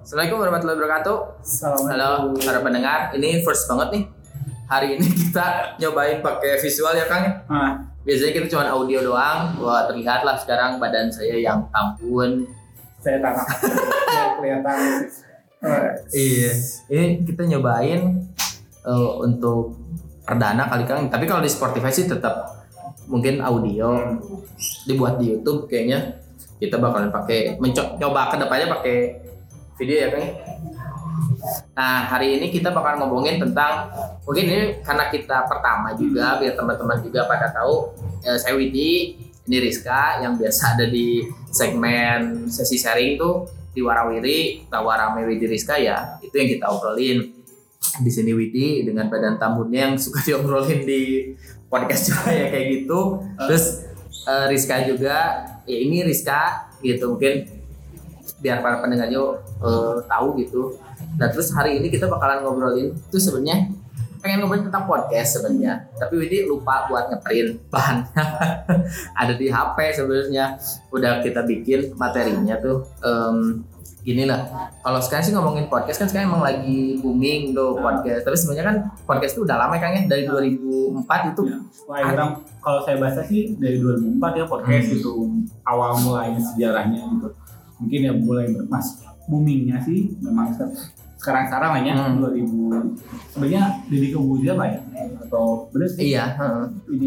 Assalamualaikum warahmatullahi wabarakatuh. Halo para pendengar, ini first banget nih. Hari ini kita nyobain pakai visual ya Kang. Biasanya kita cuma audio doang. Wah, terlihat lah sekarang badan saya yang tampun. Saya tanam kelihatan. Iya. Ini kita nyobain untuk perdana kali Kang. Tapi kalau di Spotify sih tetap mungkin audio. Dibuat di YouTube kayaknya kita bakalan pakai mencoba ke depannya pakai video ya Kang. Nah, hari ini kita bakal ngomongin tentang, mungkin ini karena kita pertama juga, biar teman-teman juga pada tahu, saya Widi, ini Rizka yang biasa ada di segmen sesi sharing tuh di Warawiri, Tawarame Widi Rizka ya, itu yang kita obrolin. Di sini Widi dengan badan tamunya yang suka diobrolin di podcast juga ya kayak gitu. Terus Rizka juga, ya ini Rizka gitu, mungkin biar para pendengar yuk tahu gitu. Nah terus hari ini kita bakalan ngobrolin itu sebenarnya pengen ngobrolin tentang podcast sebenarnya, tapi Widi lupa buat ngeprint bahannya ada di HP sebenarnya. Udah kita bikin materinya tuh gini lah. Kalau sekarang sih ngomongin podcast kan sekarang emang lagi booming tuh podcast. Tapi sebenarnya kan podcast tuh udah lama Kang ya, dari 2004 itu. Wah, kalau saya baca sih dari 2004 ya podcast itu awal mulainya sejarahnya gitu. Mungkin ya mulai boomingnya sih memang sekarang lah ya 2000 sebenarnya Deddy Corbuzier lah ya atau bener sih iya ini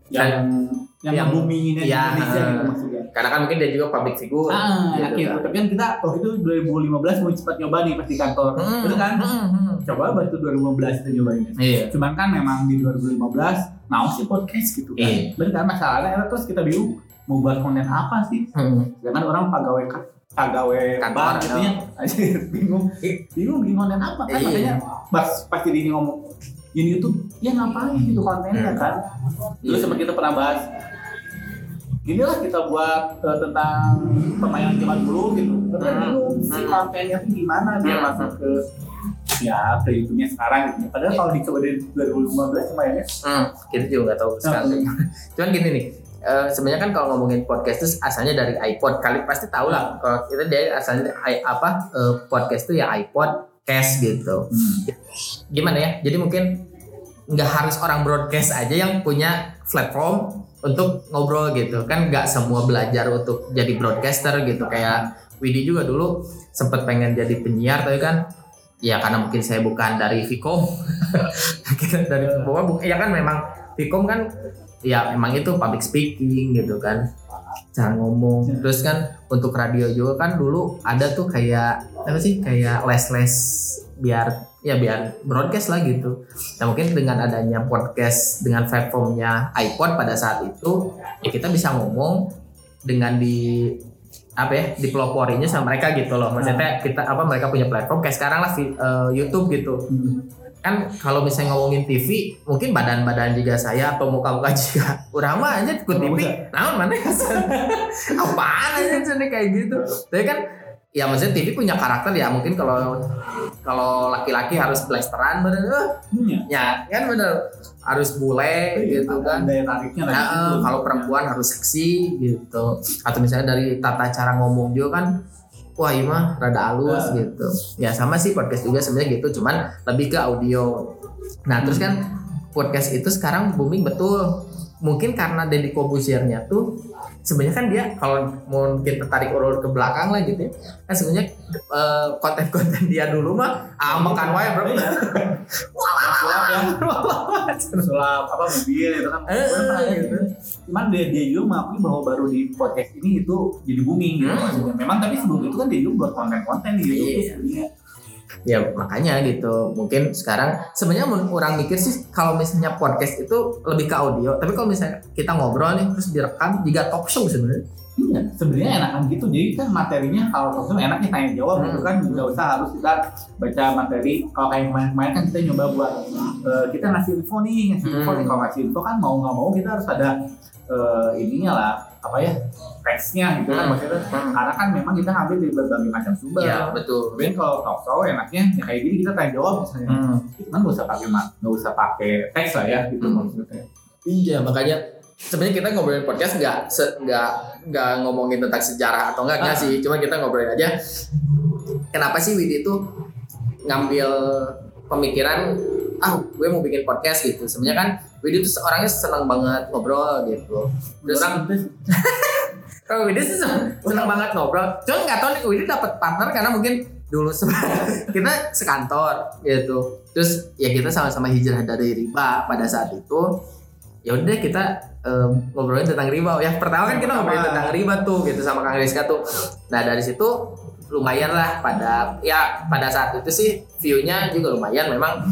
yang boomingnya di Indonesia gitu maksudnya, karena kan mungkin dia juga public figure gitu kan. Tapi kan kita waktu itu 2015 mau cepat nyoba nih pas di kantor bener kan coba baru 2015 kita nyobain cuman kan memang di 2015 mau sih podcast gitu kan bener kan masalahnya terus kita bingung mau buat konten apa sih sedangkan orang pegawai kantor gitu ya bingung bikin konten apa kan makanya pasti dia ngomong ini YouTube ya ngapain gitu kontennya kan. Terus seperti kita pernah bahas inilah kita buat tentang permainan zaman dulu gitu tapi bingung si kontennya tuh gimana biar masuk ke ya ke YouTube-nya sekarang gitu. Padahal kalau dicoba dari 2015 lumayan ya kita juga nggak tahu sekarang cuman gini nih. Sebenarnya kan kalau ngomongin podcast itu asalnya dari iPod, kalian pasti tahu lah. Kalau kita dari asalnya podcast itu ya iPod, cast gitu. Gimana ya? Jadi mungkin nggak harus orang broadcast aja yang punya platform untuk ngobrol gitu. Kan nggak semua belajar untuk jadi broadcaster gitu. Kayak Widi juga dulu sempat pengen jadi penyiar, tapi kan ya karena mungkin saya bukan dari Vkom. Dari ya kan memang Vkom kan ya emang itu public speaking gitu kan, cara ngomong. Terus kan untuk radio juga kan dulu ada tuh kayak apa sih, kayak les biar broadcast lah gitu. Nah mungkin dengan adanya podcast dengan platformnya iPod pada saat itu ya kita bisa ngomong dengan dipeloporinya sama mereka gitu loh. Maksudnya kita mereka punya platform kayak sekarang lah YouTube gitu. Kan kalau misalnya ngomongin TV mungkin badan juga saya atau muka juga urang mah aja ikut TV naon mana apaan aja kayak gitu. Tapi kan ya maksudnya TV punya karakter ya, mungkin kalau laki-laki harus blasteran bener ya kan bener harus bule gitu kan daya tariknya kalau perempuan harus seksi gitu, atau misalnya dari tata cara ngomong juga kan wah iya mah rada halus gitu. Ya sama sih podcast juga sebenarnya gitu, cuman lebih ke audio. Nah terus kan podcast itu sekarang booming betul. Mungkin karena Deddy Corbuzier-nya tuh sebenarnya kan dia kalau mau kita tarik urut ke belakang lah gitu ya, kan sebenarnya konten-konten dia dulu mah makan wae bro. Sulap mobil itu kan gitu. Cuman dia juga mengakui bahwa baru di podcast ini itu jadi booming gitu maksudnya. Memang tapi sebelum itu kan dia juga buat konten-konten di YouTube. Ya makanya gitu. Mungkin sekarang sebenarnya orang mikir sih kalau misalnya podcast itu lebih ke audio, tapi kalau misalnya kita ngobrol nih terus direkam juga talk show sebenarnya. Iya, sebenarnya enakan gitu. Jadi kan materinya kalau talk show enaknya tanya jawab gitu kan, nggak usah harus kita baca materi. Kalau kayak kemarin kan kita nyoba buat kita ngasih info nih. Kalau ngasih info kan mau nggak mau kita harus ada ininya lah teksnya gitu kan maksudnya karena kan memang kita ngambil dari berbagai macam sumber. Iya betul. Tapi kalau talk show enaknya ya kayak gini kita tanya jawab misalnya. Kan nggak usah pakai teks lah ya gitu maksudnya. Iya makanya sebenarnya kita ngobrolin podcast nggak ngomongin tentang sejarah atau enggak sih, cuma kita ngobrolin aja kenapa sih Widi tuh ngambil pemikiran gue mau bikin podcast gitu. Sebenarnya kan Widi tuh orangnya senang banget ngobrol gitu. Terus kalau Widi sih senang banget ngobrol. Cuma nggak tahu nih Widi dapat partner karena mungkin dulu kita sekantor gitu. Terus ya kita sama-sama hijrah dari riba pada saat itu. Ya udah kita ngobrolin tentang riba. Ya pertama kan kita ngobrolin tentang riba tuh gitu sama Kang Rizka tuh. Nah dari situ lumayan lah pada saat itu sih view-nya juga lumayan. Memang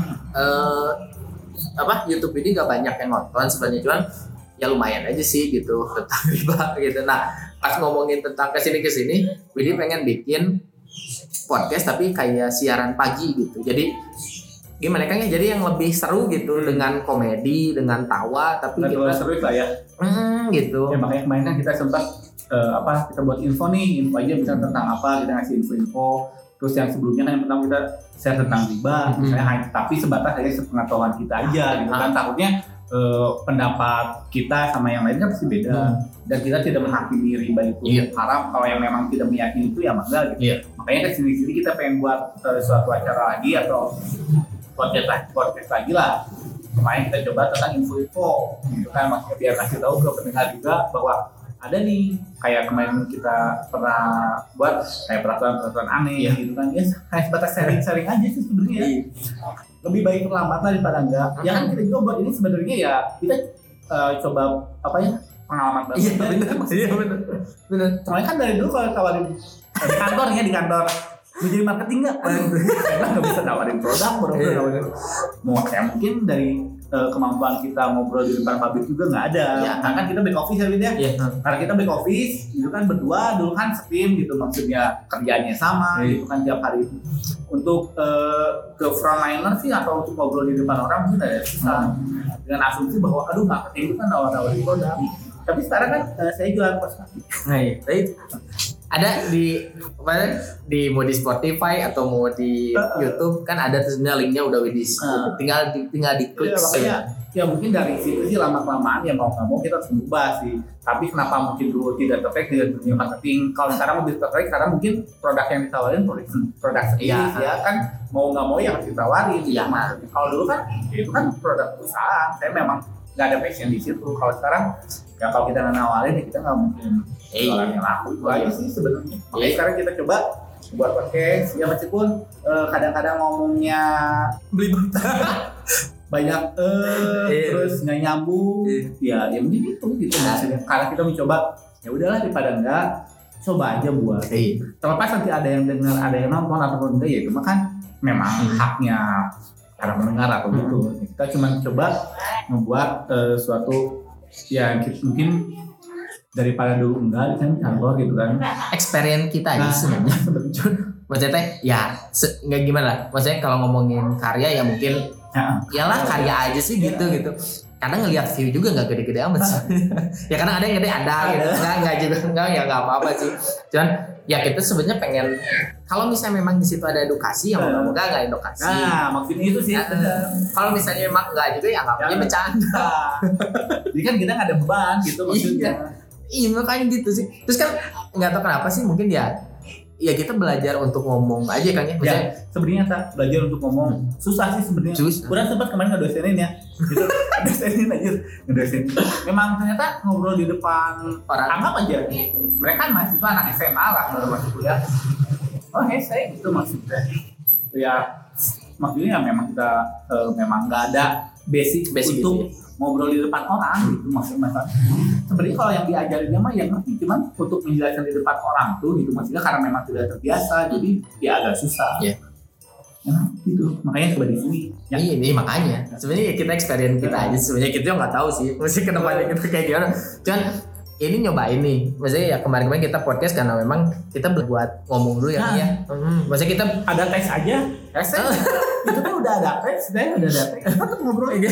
YouTube ini gak banyak yang nonton sebenarnya, cuman ya lumayan aja sih gitu tentang riba gitu. Nah pas ngomongin tentang kesini Widi pengen bikin podcast tapi kayak siaran pagi gitu. Jadi gimana kan ya, jadi yang lebih seru gitu dengan komedi, dengan tawa, tapi kita seru lah ya. Gitu. Ya makanya kemarin kan kita sempat kita buat info aja bisa tentang apa, kita ngasih info. Terus yang sebelumnya kan yang pertama kita share tentang riba, misalnya, tapi sebatas hanya sepengetahuan kita aja gitu kan. Takutnya pendapat kita sama yang lain kan pasti beda. Dan kita tidak menghakimi riba itu haram. Kalau yang memang tidak meyakini itu ya enggak gitu. Makanya kesini kita pengen buat suatu acara lagi atau podcast lagi lah. Kemarin kita coba tentang info gitu kan, maksudnya biar kasih tahu ke pendengar juga bahwa ada nih kayak kemarin kita pernah buat kayak peraturan aneh gitu kan, ya kayak sebatas sharing aja sih sebenarnya. Lebih baik terlambat lah daripada enggak. Ya kan kita juga buat ini sebenarnya ya kita coba pengalaman baru. Iya benar. Soalnya kan dari dulu kalau tawarin di kantor menjadi marketing nggak? Saya nggak bisa nawarin produk, nawarin. Mau kayak mungkin dari kemampuan kita ngobrol di depan publik juga nggak ada. Karena kan kita back office ya. Karena kita back office itu kan berdua dulu kan setim gitu, maksudnya kerjanya sama gitu kan tiap hari. Untuk ke frontliner sih atau untuk ngobrol di depan orang mungkin ada susah dengan asumsi bahwa marketing itu kan nawarin produk. Tapi sekarang kan saya jualan kosmetik. Nah, itu ada di mau di Spotify atau mau di YouTube kan ada sebenarnya linknya udah Widi. Tinggal diklik. Ya mungkin dari situ sih lama-kelamaan ya mau nggak mau kita harus berubah sih. Tapi kenapa mungkin dulu tidak tertarik dengan dunia marketing? Kalau sekarang lebih tertarik karena mungkin produk yang ditawarin produk sejenis ya kan, mau nggak mau ya harus ditawarin. Kalau dulu kan itu kan produk perusahaan. Saya memang nggak ada passion di situ. Kalau sekarang ya kalau kita nawarin ya kita nggak mungkin jualan yang laku. Itu aja sih sebenarnya. Makanya sekarang kita coba buat podcast ya, meskipun kadang-kadang ngomongnya belibet banyak terus nggak nyambung ya mungkin itu gitu maksudnya. Karena kita mencoba ya udahlah daripada enggak, coba aja buat terlepas nanti ada yang dengar ada yang nonton ataupun enggak ya itu mah kan memang haknya para pendengar atau gitu. Kita cuma coba membuat suatu ya mungkin daripada dulu enggak kan kantor gitu kan, experience kita aja sebenarnya. Maksudnya ya nggak gimana lah, maksudnya kalau ngomongin karya ya mungkin iyalah karya aja sih gitu. Karena ngelihat view juga nggak gede-gede amat sih. Ya karena ada yang gede ada gitu, nggak juga nggak apa-apa sih. Cuman ya kita sebenarnya pengen kalau misalnya memang di situ ada edukasi ya moga-moga nggak edukasi. Nah maksudnya itu sih. Kalau misalnya memang nggak juga ya nggak punya bercanda. Jadi kan kita nggak ada beban gitu maksudnya. Iya makanya gitu sih. Terus kan nggak tahu kenapa sih, mungkin ya kita belajar untuk ngomong aja kan ya. Ya sebenarnya belajar untuk ngomong susah sih sebenarnya. Kurang sempat kemarin ngedosenin ya. Gitu. Ngedosenin aja. Memang ternyata ngobrol di depan orang, anggap aja mereka kan mahasiswa anak SMA lah baru masuk kuliah. Saya gitu maksudnya. Ya maksudnya memang kita memang nggak ada basic untuk ngobrol di depan orang gitu maksudnya. Sebenarnya kalau yang diajarinnya mah yang ngerti, cuman untuk menjelaskan di depan orang tuh gitu maksudnya karena memang tidak terbiasa jadi ya agak susah. Gitu makanya coba di sini. Ini makanya sebenarnya kita experience kita aja sebenarnya, kita nggak tahu sih mesti kedepannya kita kayak gimana. Cuman ini nyobain nih, maksudnya ya kemarin kita podcast karena memang kita buat ngomong dulu ya. Maksudnya kita ada tes aja. Itu kan udah ada tes, kita tetap ngobrol aja.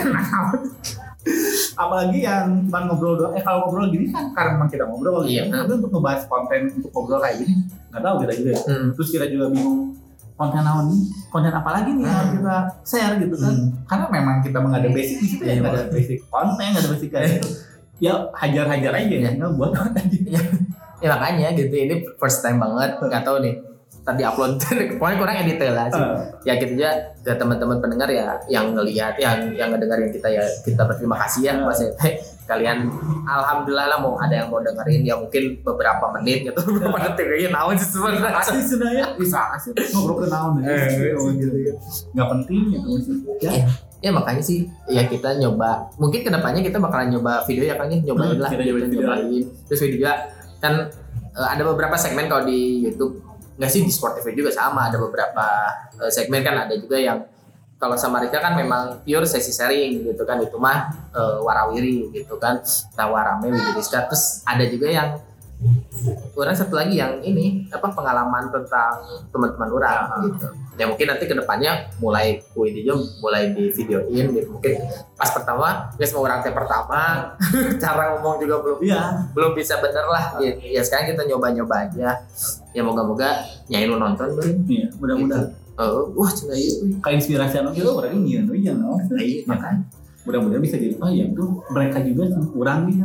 Apalagi yang cuma ngobrol doang. Kalau ngobrol gini kan karena memang kita ngobrol gitu. Tapi untuk ngebahas konten untuk ngobrol kayak gini nggak tahu kita juga. Terus kita juga bingung konten apa lagi nih yang kita share gitu kan. Karena memang kita nggak ada basic di situ ya, nggak ada basic konten, nggak ada basic kayak gitu. Ya hajar aja nggak buat aja. Ya makanya gitu, ini first time banget, nggak tahu nih tadi upload pokoknya kurang editor lah sih. Ya kita juga ke teman-teman pendengar ya yang ngelihat yang ngedengerin kita ya kita berterima kasih ya Mas. Kalian alhamdulillah lah mau ada yang mau dengerin ya mungkin beberapa menit gitu beberapa detik ya naon sih sebenarnya asli sebenarnya bisa asli ngobrol ke naon gitu nggak penting gitu ya makanya sih ya kita nyoba mungkin kedepannya kita bakalan nyoba video ya kan nyobain lah kita nyobain terus video kan ada beberapa segmen kalau di YouTube nggak sih di Spotify juga sama ada beberapa segmen kan ada juga yang kalau sama Rika kan memang pure sesi sharing gitu kan itu mah warawiri gitu kan tawarame Widi Rizka terus ada juga yang orang satu lagi yang ini pengalaman tentang teman-teman orang gitu ya mungkin nanti kedepannya mulai Widi juga mulai di videoin gitu mungkin pas pertama guys mau orang pertama cara ngomong juga belum bisa bener lah gitu. Ya sekarang kita nyoba aja ya moga-moga nyain lu nonton iya mudah-mudahan wah cina itu kayak inspirasi anak kita orang ini ya no makanya mudah-mudahan bisa jadi ya itu mereka juga kurang nih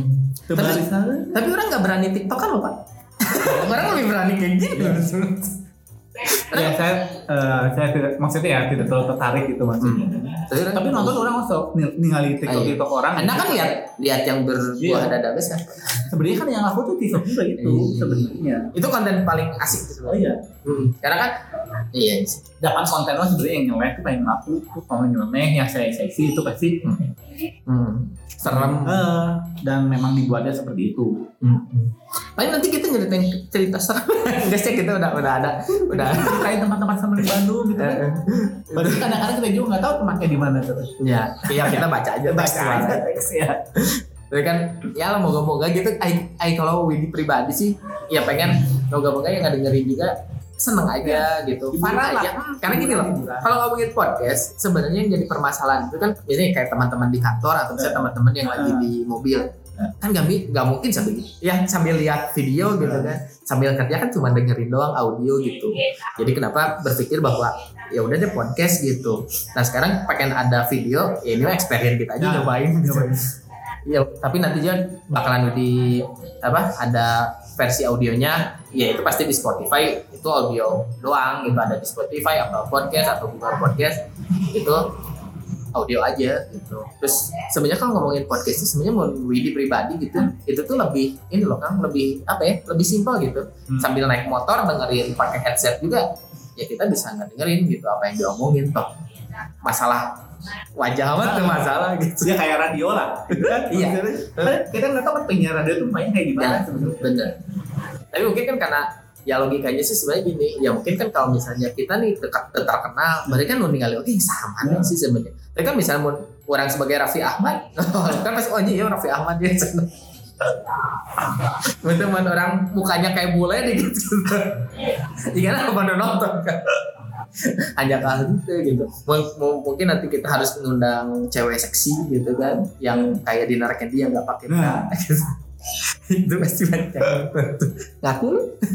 tapi orang nggak berani TikTok kan loh Pak orang lebih berani kayak gitu ya saya tidak maksudnya ya tidak terlalu tertarik gitu maksudnya tapi nonton orang masuk ningali TikTok orang Anda kan lihat yang berbuah dada besar sebenarnya kan yang aku tuh TikTok juga itu sebenarnya itu konten paling asik sebenarnya karena kan iya dapat konten lo sebenarnya yang nyeleneh itu paling aku tuh kalau nyeleneh yang saya seksi itu pasti serem dan memang dibuatnya seperti itu. Paling nanti kita nyeritain cerita serem. Enggak sih kita udah kayak teman-teman sama di Bandung gitu kan. Berarti kadang-kadang kita juga nggak tahu temannya di mana tuh. Iya kita baca aja teks ya. Tapi kan ya lah moga-moga gitu. Kalau Widi pribadi sih ya pengen moga-moga yang ngedengerin juga seneng aja gitu. Parah aja. Karena gini loh. Kalau ngomongin podcast, sebenarnya yang jadi permasalahan itu kan biasanya kayak teman-teman di kantor atau misalnya teman-teman yang lagi di mobil. Kan nggak mungkin sambil lihat video gitu kan. Sambil kerja kan cuma dengerin doang audio gitu. Jadi kenapa berpikir bahwa ya udah deh podcast gitu. Nah sekarang pengen ada video, ya ini experience kita aja nyobain. Iya, tapi nantinya bakalan ada versi audionya, ya itu pasti di Spotify itu audio doang gitu ada di Spotify atau podcast atau Google Podcast itu audio aja gitu. Terus sebenarnya kalau ngomongin podcast itu sebenarnya mau Widi pribadi gitu, itu tuh lebih ini loh Kang, lebih lebih simpel gitu. Sambil naik motor dengerin pakai headset juga, ya kita bisa ngedengerin gitu apa yang diomongin toh. Masalah wajah amat tuh masalah gitu. Ya kayak radio lah. Iya. Kita nggak tahu kan penyiar radio tuh mainnya kayak gimana sebenarnya. Bener. Tapi mungkin kan karena ya logikanya sih sebenarnya gini, ya mungkin kan kalau misalnya kita nih terkenal, mereka kan ningali oke sama nih sih sebenarnya. Tapi kan misalnya orang sebagai Raffi Ahmad, kan pasti iya Raffi Ahmad dia seneng. Teman orang mukanya kayak bule deh gitu. Iya kan pada nonton kan. Hanya kali gitu. Mungkin nanti kita harus mengundang cewek seksi gitu kan, yang kayak Dinar Candy yang nggak pakai bra. Itu pasti banyak ngaku.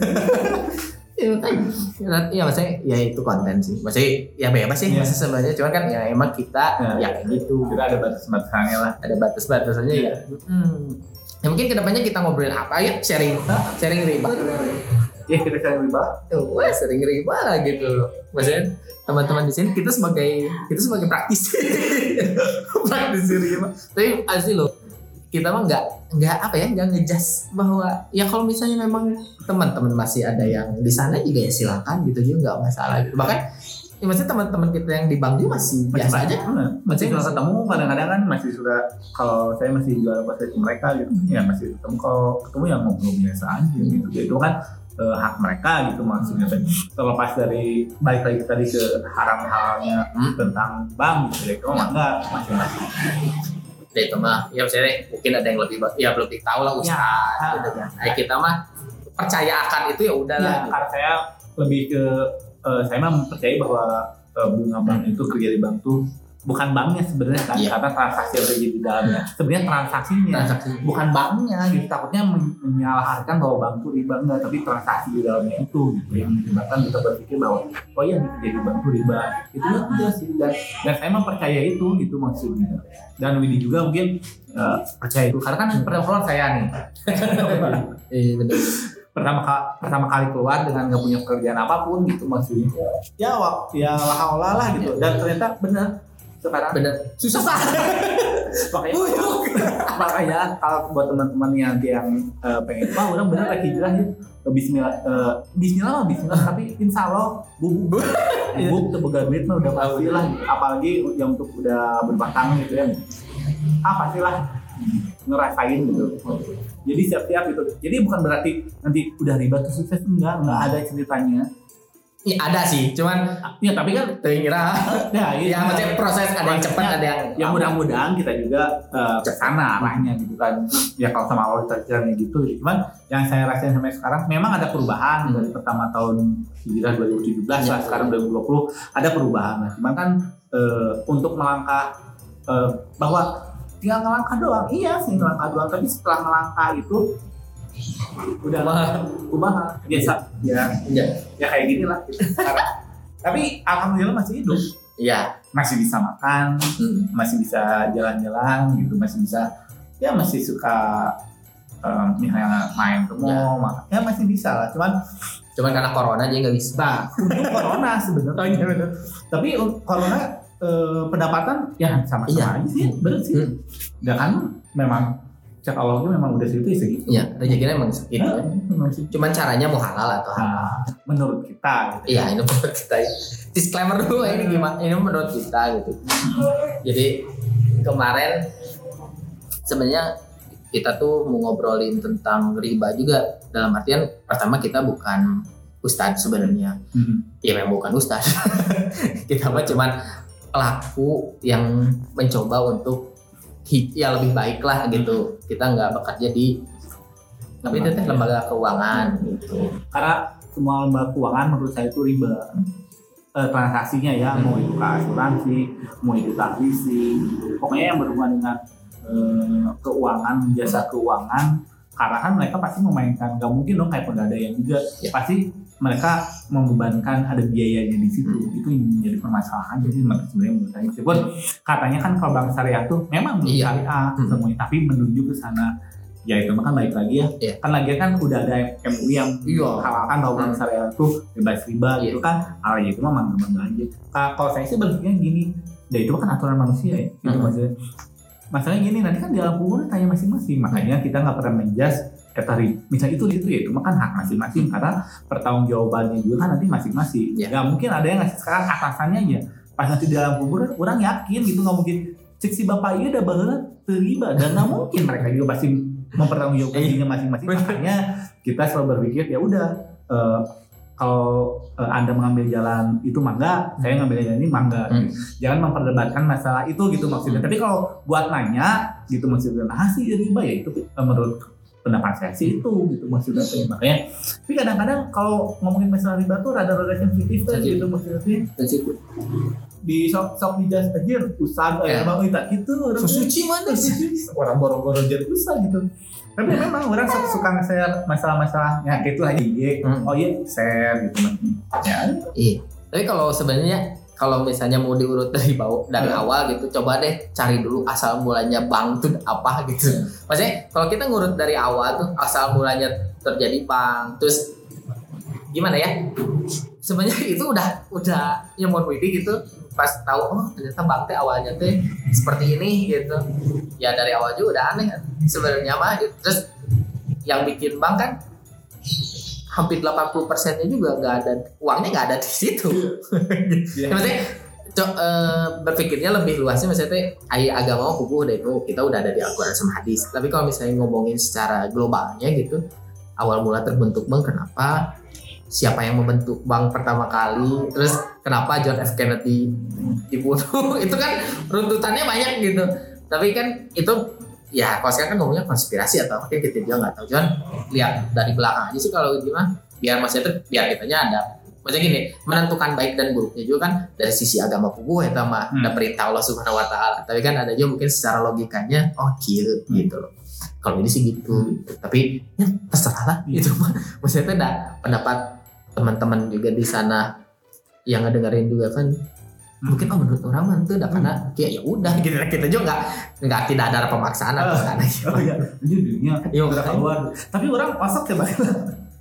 Iya maksudnya ya itu konten sih. Maksudnya ya bebas sih maksudnya sebenarnya. Cuman kan ya emang kita ya kayak gitu. Kita ada batas-batasannya lah. Ada batas-batasannya ya. Ya mungkin kedepannya kita ngobrolin apa ya? Sharing riba. Ya kita sharing riba. Wah sering riba gitu loh. Maksudnya teman-teman di sini kita sebagai praktisi riba. Tapi asli loh kita mah nggak ngejudge bahwa ya kalau misalnya memang teman-teman masih ada yang di sana juga ya silakan gitu juga nggak masalah gitu. Bahkan ya maksudnya teman-teman kita yang di bank juga masih biasa aja. Masih kalau ketemu kadang-kadang kan masih suka, kalau saya masih jual pasar ke mereka gitu ya masih ketemu, kalau ketemu yang ngobrol biasa aja gitu. Itu kan hak mereka gitu maksudnya. Terlepas dari balik lagi tadi ke haram-haramnya tentang bank gitu ya, itu enggak masing-masing. Itu mah ya maksudnya mungkin ada yang lebih tahu lah Ustaz gitu kan. Kita mah percaya akan itu ya udahlah. Karena saya lebih ke saya mah percaya bahwa bunga bank itu kerja di bank tuh bukan banknya sebenarnya kan, karena transaksi yang terjadi di dalamnya sebenarnya transaksinya. Bukan banknya gitu. Takutnya menyalahkan bahwa bank itu riba, enggak, tapi transaksi di dalamnya itu gitu yang menyebabkan kita berpikir bahwa oh iya jadi bank itu riba. Itu aja sih, dan saya mah percaya itu gitu maksudnya. Dan Widi juga mungkin percaya itu karena kan pernah saya nih. Iya benar. pertama kali keluar dengan nggak punya pekerjaan apapun gitu maksudnya. Ya lah lah gitu. Dan ternyata benar sekarang susah. makanya kalau buat teman-teman yang pengen orang bener lagi hijrah ya. Bismillah tapi insya Allah bubuk tebega duit mah udah pasti lah gitu. Apalagi yang untuk udah berbatang gitu ya pastilah ngerasain gitu. Jadi siap-siap gitu. Jadi bukan berarti nanti udah riba tuh sukses, enggak ada ceritanya. Ya ada sih, cuman ya tapi kan kira ya maksudnya proses ada yang cepat, ada yang mudah-mudahan kita juga ke sana arahnya gitu kan. Ya kalau sama Allah terjadinya gitu. Cuman yang saya rasain sampai sekarang memang ada perubahan dari pertama tahun hijrah 2017 lah sekarang 2020 ada perubahan. Nah, cuman kan untuk melangkah bahwa tinggal ngelangkah doang. Iya sih ngelangkah doang, tapi setelah ngelangkah itu udah ubah biasa ya kayak gini lah gitu. Tapi alhamdulillah masih hidup ya, masih bisa makan, masih bisa jalan-jalan gitu, masih suka misalnya main ke mall ya masih bisa lah, cuman karena corona aja nggak bisa. Nah untuk corona sebenarnya tapi corona pendapatan ya sama-sama aja sih bener sih ya kan memang cek Allah itu memang udah segitu ya segitu. Iya, rezekinya emang segitu. Cuman caranya mau halal atau haram. Menurut kita gitu. Iya, ini menurut kita. Disclaimer dulu ini gimana? Ini menurut kita gitu. Jadi kemarin sebenarnya kita tuh mau ngobrolin tentang riba juga, dalam artian pertama kita bukan ustadz sebenarnya. Ya memang bukan ustadz. Kita mah cuman pelaku yang mencoba untuk ya lebih baik lah gitu. Kita nggak bekerja di tapi itu lembaga keuangan gitu. Karena semua lembaga keuangan menurut saya itu riba transaksinya ya, mau itu ke asuransi, mau itu ke akuisisi, pokoknya yang berhubungan dengan keuangan, jasa keuangan. Karena kan mereka pasti memainkan, nggak mungkin dong kayak pegadaian juga, pasti mereka membebankan ada biayanya di situ. Itu yang menjadi permasalahan. Jadi sebenarnya menurut saya, meskipun katanya kan kalau bank syariah tuh memang syariah semuanya, tapi menuju ke sana. Ya itu kan baik lagi ya. Kan lagi kan udah ada MUI yang halalkan bahwa bank syariah itu bebas riba gitu kan. Ya itu mah mangga aja. Kalau saya sih berpikirnya gini, ya itu kan aturan manusia ya. Gitu maksudnya. Masalahnya gini, nanti kan di alam kubur tanya masing-masing. Makanya kita nggak pernah menjudge misalnya itu ya itu makan hak masing-masing, karena pertanggungjawabannya juga kan nanti masing-masing. Nggak mungkin ada yang ngasih sekarang atasannya aja. Pas nanti di alam kubur orang yakin gitu, nggak mungkin cek si bapak ini udah bahwa terlibat, dan nggak mungkin mereka juga pasti mempertanggungjawabkan dirinya masing-masing. Makanya kita selalu berpikir ya udah kalau Anda mengambil jalan itu mangga, saya ngambil jalan ini mangga. Jangan memperdebatkan masalah itu gitu maksudnya. Tapi kalau buat nanya gitu maksudnya, sih riba ya itu menurut pendapat saya sih itu gitu maksudnya. Makanya tapi kadang-kadang kalau ngomongin masalah riba tuh rada-rada sensitif kan gitu maksudnya. Di sok dijahit aja usah emang minta gitu orang suci mana sih orang boro-boro jadi usah gitu. Tapi memang orang suka nge-share masalah-masalah ya gitu aja. Oh iya share gitu ya. Iya. Tapi kalau sebenarnya kalau misalnya mau diurut dari awal gitu, coba deh cari dulu asal mulanya bank tuh apa gitu. Maksudnya kalau kita ngurut dari awal tuh asal mulanya terjadi bank, terus gimana ya? Sebenarnya itu udah yang mau widih gitu. Pas tahu ternyata bank teh awalnya teh seperti ini gitu. Ya dari awal juga udah aneh sebenarnya mah gitu. Terus yang bikin bank kan hampir 80%-nya juga nggak ada uangnya, nggak ada di situ. Maksudnya berpikirnya lebih luasnya, maksudnya agama hukum udah itu kita udah ada di Al-Quran sama hadis. Tapi kalau misalnya ngomongin secara globalnya gitu, awal mula terbentuk bank kenapa? Siapa yang membentuk bank pertama kali, terus kenapa John F. Kennedy dibunuh, itu kan runtutannya banyak gitu. Tapi kan itu ya kalau sekarang kan ngomongnya konspirasi atau mungkin kita juga nggak tahu. Cuman lihat dari belakang aja sih kalau gimana, biar maksudnya biar kitanya ada, maksudnya gini, menentukan baik dan buruknya juga kan dari sisi agama puguh ya sama ada perintah Allah Subhanahu Wa Taala. Tapi kan ada juga mungkin secara logikanya gitu loh. Kalau ini sih gitu. Tapi ya terserah lah itu mah. Maksudnya ada pendapat teman-teman juga di sana yang ngedengerin juga kan mungkin menurut orang mah itu udah karena kayak ya udah gitu, kita juga nggak tidak ada pemaksaan atau karena gitu. Iya dunia udah keluar, tapi orang masuk ya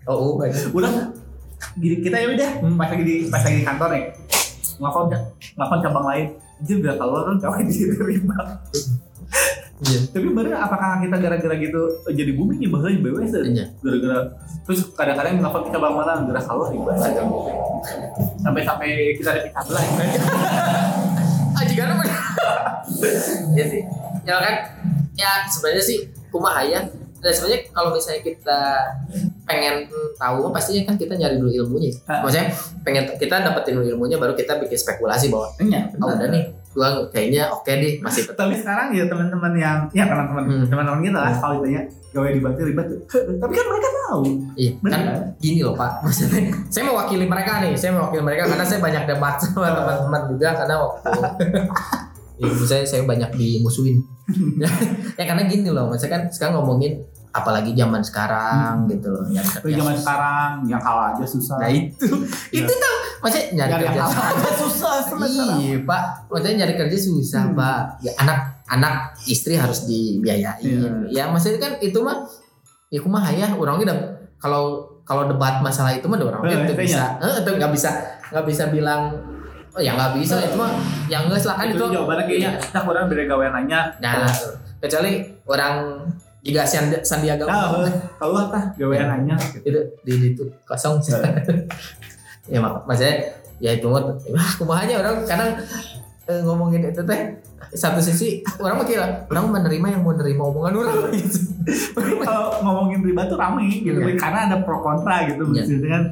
Udah gini kita ya udah pas lagi di kantor nih ngelakuin cabang lain anjir udah keluar kan kawin diterima. Iya. Tapi bener apakah kita gara-gara gitu jadi booming nih bahasa BWS gara-gara terus kadang-kadang ngelakuin cabang mana gara keluar ribet sampai kita ada pecah belah aja kan ya sih ya kan ya sebenarnya sih kumaha ya. Nah sebenarnya kalau misalnya kita pengen tahu pastinya kan kita nyari dulu ilmunya. Maksudnya pengen kita dapetin dulu ilmunya baru kita bikin spekulasi bahwa udah nih gua kayaknya oke deh masih tetap. Tapi sekarang ya teman-teman yang ya teman-teman kita lah kalau ditanya gawe di Bantu ribet tuh. Tapi kan mereka tahu. Iya. Kan gini loh Pak. Maksudnya saya mewakili mereka karena saya banyak debat sama teman-teman juga karena waktu ya, misalnya saya banyak dimusuhin. Ya karena gini loh, maksudnya kan sekarang ngomongin apalagi zaman sekarang gitu loh. Tapi zaman sekarang yang kalah aja susah. Nah itu tuh maksudnya nyari kerja aja susah. Iya Pak, maksudnya nyari kerja susah Pak. Ya anak istri harus dibiayain. Ya maksudnya kan itu mah ya kumaha ya orang udah kalau debat masalah itu mah orang itu bisa itu nggak bisa bilang oh ya nggak bisa itu mah yang nggak silakan itu jawabannya kayaknya nah orang beda gawean nanya nah kecuali orang juga Sandiaga kalau apa gawean nanya itu di itu kosong sih ya maksudnya ya itu mah kumahanya orang kadang ngomongin itu teh satu sisi orang kira orang menerima yang mau nerima omongan orang gitu. Kalau ngomongin riba tuh ramai gitu karena ada pro kontra gitu maksudnya kan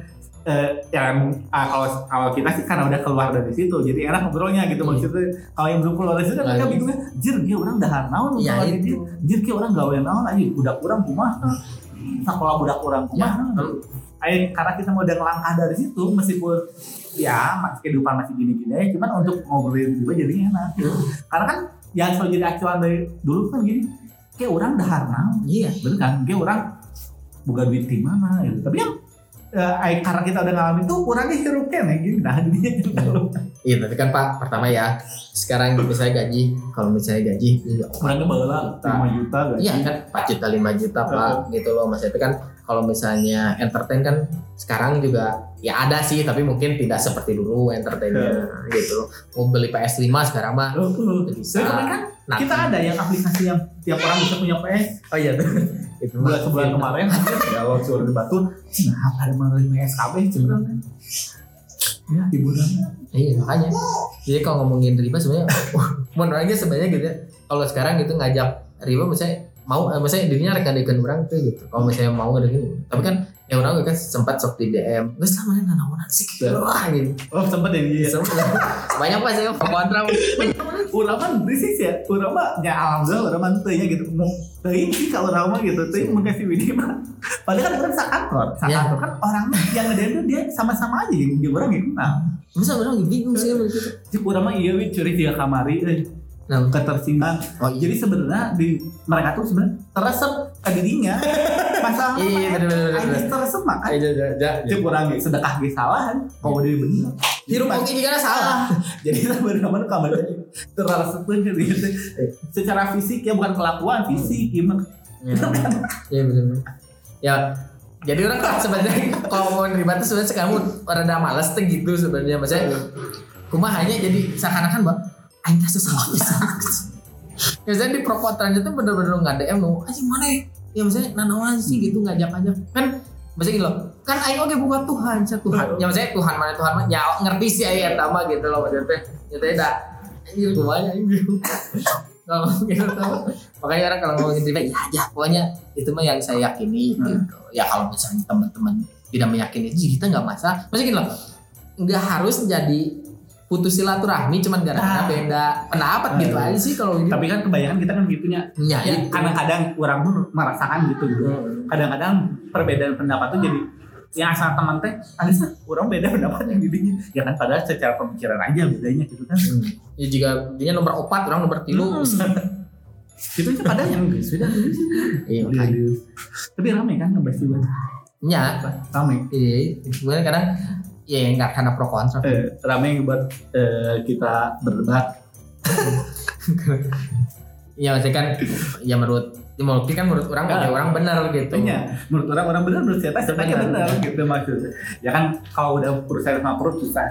kalau kita sih kan udah keluar dari situ jadi enak ngobrolnya gitu maksudnya kalau yang belum keluar dari situ kan mereka bingungnya jir dia orang dahar naon jir dia orang gawe naon aja budak kurang kumaha sekolah budak kurang kumaha karena kita mau udah ngelangkah dari situ meskipun ya kehidupan masih gini-gini aja cuman untuk ngobrolin juga jadinya enak karena kan yang selalu jadi acuan dari dulu kan gini kayak orang dahar naon bener kan kayak orang bukan duit di mana gitu tapi yang karena kita udah ngalamin tuh kurangnya hirupnya gitu nah jadinya iya tapi kan Pak pertama ya sekarang misalnya gaji kalau misalnya gaji kurangnya bala 5 juta gaji iya kan 4 juta 5 juta Pak gitu loh maksudnya itu kan kalau misalnya entertain kan sekarang juga ya ada sih tapi mungkin tidak seperti dulu entertainnya gitu loh mau beli PS5 sekarang mah bisa kan kita ada yang aplikasi yang tiap orang bisa punya PS iya tuh itu sebulan kemarin kalau suruh di Batu kenapa ada menerima SKB sebenarnya ya hiburan iya makanya jadi kalau ngomongin riba sebenarnya menurutnya sebenarnya gitu ya kalau sekarang gitu ngajak riba misalnya dirinya rekan-rekan orang tuh gitu kalau misalnya mau gitu tapi kan ya orang kan sempat sok di DM nggak selama ini nanawanan sih wah gitu sempat ya dia banyak pas ya kontra urang mah berisik ya urang mah ya alhamdulillah urang mah teunya gitu mau teuing sih kalau urang mah gitu teuing mun kasih video mah padahal kan urang sakantor kan orang yang ngedem tuh dia sama-sama aja gitu dia urang gitu nah masa urang bingung sih begitu cik urang mah ieu curi di kamari ketersinggungan jadi sebenarnya di mereka tuh sebenarnya teresep ke dirinya masalah iya bener teresep mah kan cik urang sedekah ge salah kalau dia bener hirup oke juga salah jadi bener-bener kamar teresep gitu secara fisik ya bukan kelakuan fisik gimana iya bener ya jadi orang kan sebenarnya kalau mau nerima tuh sebenarnya sekarang rada males tuh gitu sebenarnya maksudnya kumahanya jadi seakan-akan mbak aing teh salah bisa. Biasanya di pro kontranya tuh bener-bener enggak DM lo. Anjing mana ya maksudnya nanawan sih gitu ngajak-ngajak. Kan maksudnya gitu loh. Kan aing oge bukan Tuhan, Tuhan. Ya maksudnya Tuhan mah ya ngerti sih aya eta mah gitu loh maksudnya teh. Ya teh da anjir kumanya anjir. Kalau gitu makanya orang kalau ngomongin riba ya aja pokoknya itu mah yang saya yakini gitu. Ya kalau misalnya teman-teman tidak meyakini kita enggak masalah. Maksudnya gitu loh. Enggak harus jadi putus silaturahmi cuman gara-gara beda pendapat gitu aja sih kalau gitu. Tapi kan kebanyakan kita kan gitunya. Ya, kadang-kadang orang pun merasakan gitu. Kadang-kadang perbedaan pendapat tuh jadi yang asal teman teh Alisa orang beda pendapat yang didinya. Ya kan padahal secara pemikiran aja bedanya gitu kan. Ya juga dia nomor 4 orang nomor 3. Itu aja padahal yang sudah. Iya. Tapi ramai kan ngebahas juga. Iya, ramai. Iya, sebenarnya kadang ya nggak karena pro kontra. Ramai buat kita berdebat. Ya maksudnya kan ya menurut Mungkin kan menurut orang orang benar gitu. Iya, menurut orang benar, menurut saya benar gitu maksudnya. Ya kan kalau udah perusahaan sama perut susah.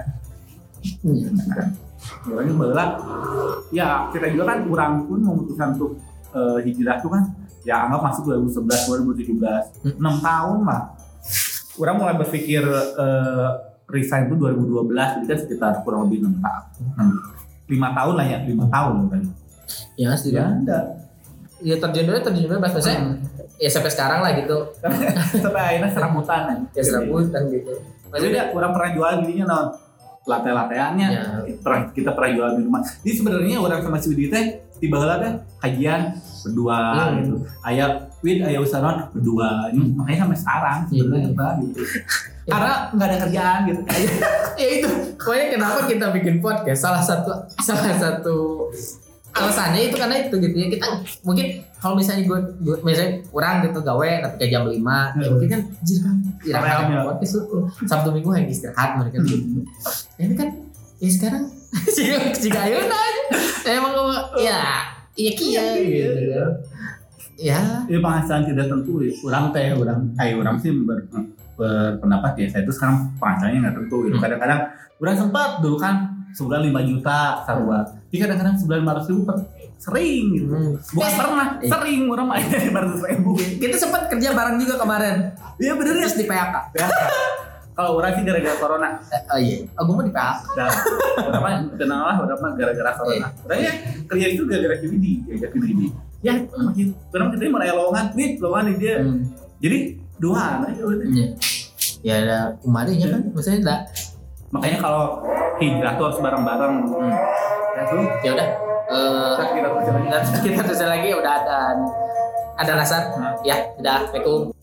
Makanya bala ya kita juga kan orang pun memutuskan untuk hijrah tuh kan ya anggap masuk 2011 2017 6 tahun lah. Orang mulai berpikir resign itu 2012, jadi kan sekitar kurang lebih 6 tahun. 5 tahun lah ya, 5 tahun kan. Ya sih kan. Ya terjun bebas maksudnya. Ya sampai sekarang lah gitu. Sampai akhirnya serabutan. Ya serabutan gitu. Maksudnya orang pernah jual gininya non latte-latteannya. Ya. Kita pernah jual minuman. Jadi sebenarnya orang sama si Widi teh tiba-tiba teh kajian berdua gitu. Aya usaha berdua. Ini makanya sampai sekarang sebenarnya gitu. Karena nggak ada kerjaan gitu. Ya itu. Pokoknya kenapa kita bikin podcast? Salah satu alasannya itu karena itu gitu ya. Kita mungkin kalau misalnya gue misalnya kurang gitu gawe tapi jam 5 ya mungkin kan istirahat podcast itu Sabtu Minggu yang istirahat mereka gitu. Ini kan ya sekarang jika ayo emang ya kia gitu ya penghasilan tidak tentu ya. Orang sih berpendapat ya saya itu sekarang penghasilannya nggak tentu gitu. Kadang-kadang orang sempat dulu kan sebulan 5 juta sarua. Tapi kadang-kadang sebulan 500.000 sering gitu. Bukan pernah, sering orang main 500.000. Kita sempat kerja bareng juga kemarin. Iya bener ya. Terus di PHK. Kalau orang sih gara-gara corona. Iya. Aku mau di PHK. Nah, orang mah gara-gara corona. Orangnya kerja itu gara-gara QBD. Ya, makin orang kita mulai lowongan dia. Jadi dua aja udah. Ya ada kemarinnya kan, maksudnya enggak. Makanya kalau hijrah tuh harus bareng-bareng. Ya udah. Kita terus lagi udah ada rasa. Ya, udah. Assalamualaikum.